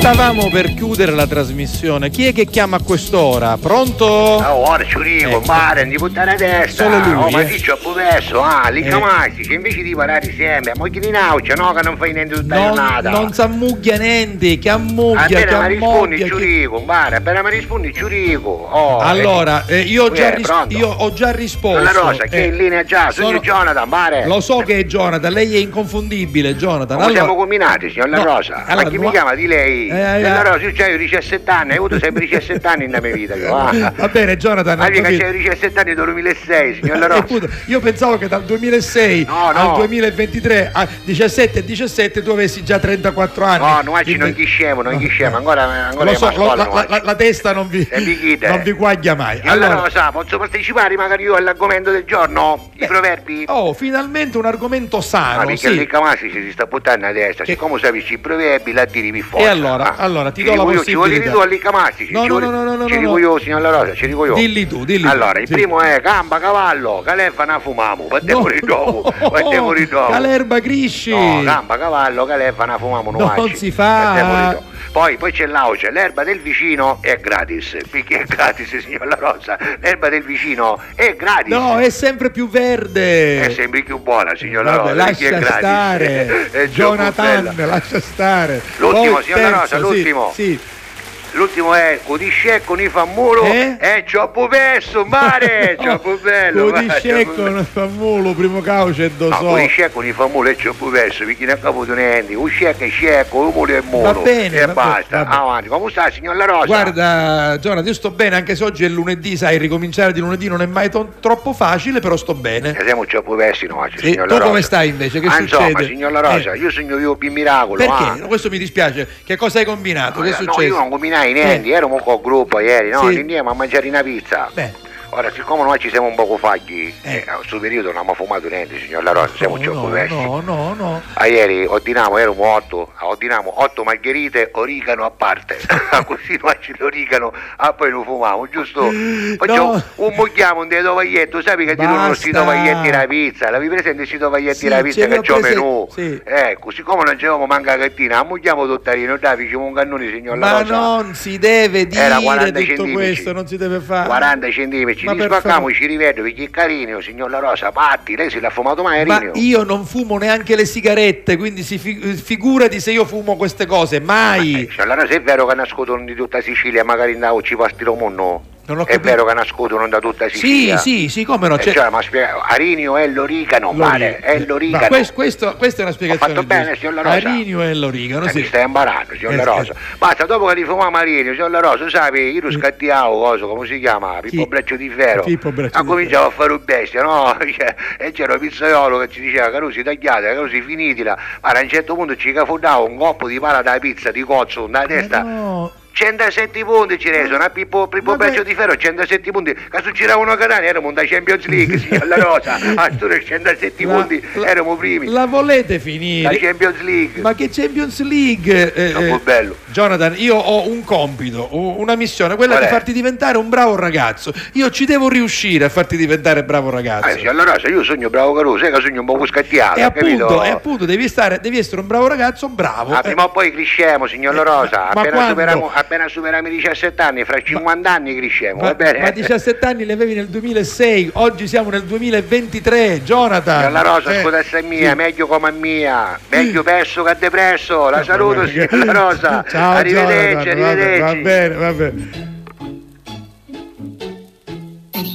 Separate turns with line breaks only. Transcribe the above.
Stavamo per chiudere la trasmissione. Chi è che chiama a quest'ora? Pronto?
Ora ci dico, mare, di buttare a testa.
Solo lui,
ma sì, ci ho perso. Lì camasti, che invece di parlare sempre, ma che di naucia, no? Che non fai niente tutta la giornata.
Non s'ammucchia niente, che ammucchia, che
appena mi rispondi,
ammucchia.
Ciurico, mare, appena mi rispondi, Ciurico.
Allora, io ho già risposto.
La Rosa, che è in linea già, sono Jonathan, mare.
Lo so che è Jonathan, lei è inconfondibile, Jonathan.
Ma siamo combinati, signor La Rosa.
Allora,
ma chi mi chiama di lei? La Rosa, io c'ho 17 anni, hai avuto sempre 17 anni nella mia vita.
Va bene, Jonathan.
Ma che c'hai 17 anni dal 2006, signor La Rosa.
Io pensavo che dal 2006 al 2023 a 17 e 17 tu avessi già 34 anni.
No, noi non chisciamo, ancora
lo so, la testa non vi guaglia mai.
Allora, Rosa, posso partecipare magari io all'argomento del giorno? I proverbi?
Finalmente un argomento sano.
Ma perché lì Camasi si sta buttando a destra, siccome sapisci i proverbi la tiri più forte.
E allora ti do la possibilità.
Ci vuoi dire tu a lì Camasi?
No.
Ci dico io, signor La Rosa, ci dico io.
Dilli tu.
Allora, il primo è gamba, cavallo, caleffa na fumamu, battiamo dopo.
Calerba crisci.
No, gamba, cavallo, caleffa na fumamu,
non si fa.
Poi c'è l'auce, l'erba del vicino è gratis. Perché è gratis, signor La Rosa? L'erba del vicino è gratis.
No, è sempre più verde.
È sempre più buona, signor La Rosa.
Lascia stare. Jonathan, lascia stare.
L'ultimo, signor La Rosa, l'ultimo.
Sì.
L'ultimo è Codiscecco ni fammulo cioppo perso, mare, cioppo bello.
Codiscecco ni fammulo, primo cauce e do so.
Codiscecco ni fammulo e cioppo perso, perché ne ha caputo niente. Uscecco è scecco, un mulo è mulo.
Va bene.
E basta. Avanti, come sta, signor La Rosa?
Guarda, Jonathan, io sto bene, anche se oggi è lunedì, sai, ricominciare di lunedì non è mai troppo facile, però sto bene.
Siamo cioppo persi noi, signor La
Tu
Rosa.
come stai invece? Che succede?
Insomma, signor La Rosa, io sogno io più miracolo.
Perché? Questo mi dispiace. Che cosa hai combinato? Che è successo?
No, io non combinai niente, ero un po' gruppo ieri, no? Andiamo a mangiare una pizza. Ora, siccome noi ci siamo un poco fagli, a questo periodo non abbiamo fumato niente, signor La Rosa, siamo
No.
Ieri ordinamo 8 margherite, origano a parte. Così noi ci l'origano, poi lo fumiamo, giusto? Facciamo un mogliamo un dei tovaglietto, sai che ti non si tovaglietti la pizza, l'avevi presente si tovaglietti la pizza che c'ho menù? Ecco, siccome non c'avevamo manca cattina, ammogliamo tuttarino, dai, facciamo un cannone, signor La Rosa.
Ma non si deve dire tutto questo, non si deve fare.
40 centimetri. Ci rispaccamo, ci rivedo perché è carino, signor La Rosa. Patti, lei se l'ha fumato mai?
Ma io non fumo neanche le sigarette, quindi figurati se io fumo queste cose, mai.
Signor La Rosa, è vero che nascono di tutta Sicilia, magari andavo ci pastiro no? È vero che nascono da tutta Sicilia?
Sì, come no?
Ma Arinio è l'origano, male, è l'origano.
Questa è una spiegazione.
Ho fatto bene, signor La Rosa.
Arinio è l'origano, sì.
Mi stai imparando, signor La Rosa. Basta, dopo che rifumiamo Arinio, signor La Rosa, sai, io lo scattiavo, come si chiama? Pippo Breccio di Ferro. Cominciavo a fare un bestia, no? E c'era un pizzaiolo che ci diceva, Carusi tagliate, Carusi finitela. Ma a un certo punto ci cafondava un coppo di pala da pizza, di cozzo, da testa.
No.
107 punti ci reso, una Pippo Breccio di Ferro, 107 punti, che succedevano a Catania, eravamo da Champions League, signor La Rosa, a 107 punti, eravamo primi.
La volete finire?
La Champions League.
Ma che Champions League?
Troppo bello.
Jonathan, io ho un compito, una missione, quella di farti diventare un bravo ragazzo. Io ci devo riuscire a farti diventare bravo ragazzo.
Signor La Rosa, io sogno bravo Caruso, che sogno un po' scattiato,
e appunto, devi essere un bravo ragazzo, bravo.
Prima o poi cresciamo, signor La Rosa, appena superiamo i 17 anni, fra 50 anni cresciamo, va bene?
Ma 17 anni li avevi nel 2006, oggi siamo nel 2023, Jonathan.
Signor La Rosa, scusate mia, meglio come a mia, meglio perso che depresso, la saluto, signor La Rosa.
Ciao,
arrivederci,
Jonathan,
arrivederci.
Va bene.